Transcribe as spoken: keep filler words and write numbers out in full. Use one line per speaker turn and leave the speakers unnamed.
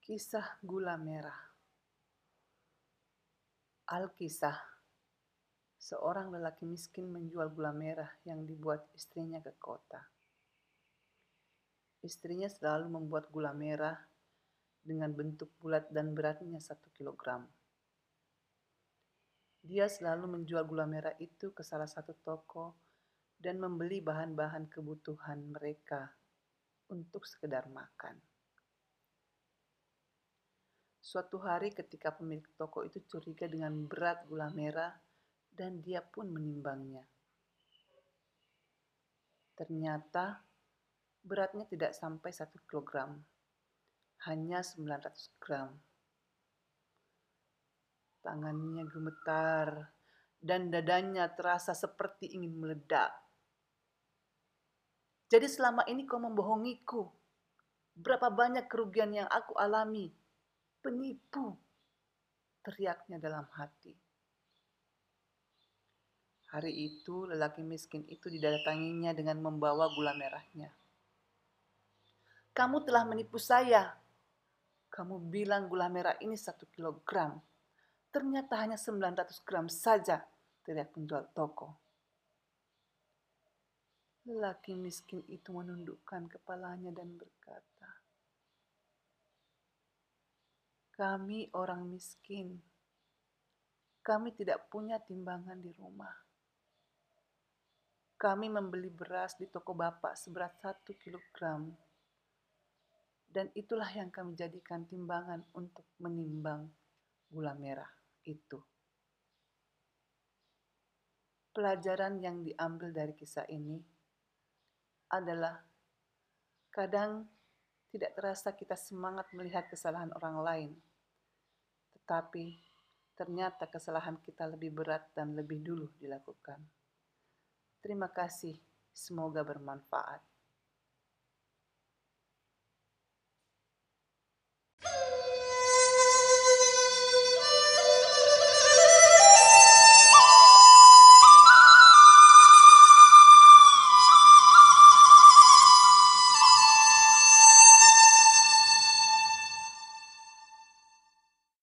Kisah gula merah. Alkisah, seorang lelaki miskin menjual gula merah yang dibuat istrinya ke kota. Istrinya selalu membuat gula merah dengan bentuk bulat dan beratnya satu kilogram. Dia selalu menjual gula merah itu ke salah satu toko dan membeli bahan-bahan kebutuhan mereka untuk sekedar makan. Suatu hari ketika pemilik toko itu curiga dengan berat gula merah dan dia pun menimbangnya. Ternyata beratnya tidak sampai satu kilogram, hanya sembilan ratus gram. Tangannya gemetar dan dadanya terasa seperti ingin meledak. Jadi selama ini kau membohongiku. Berapa banyak kerugian yang aku alami. Penipu, teriaknya dalam hati. Hari itu lelaki miskin itu didatanginya dengan membawa gula merahnya. Kamu telah menipu saya. Kamu bilang gula merah ini satu kilogram. Ternyata hanya sembilan ratus gram saja, teriak penjual toko. Lelaki miskin itu menundukkan kepalanya dan berkata, kami orang miskin. Kami tidak punya timbangan di rumah. Kami membeli beras di toko bapak seberat satu kilogram. Dan itulah yang kami jadikan timbangan untuk menimbang gula merah itu. Pelajaran yang diambil dari kisah ini adalah kadang tidak terasa kita semangat melihat kesalahan orang lain, tetapi ternyata kesalahan kita lebih berat dan lebih dulu dilakukan. Terima kasih, semoga bermanfaat.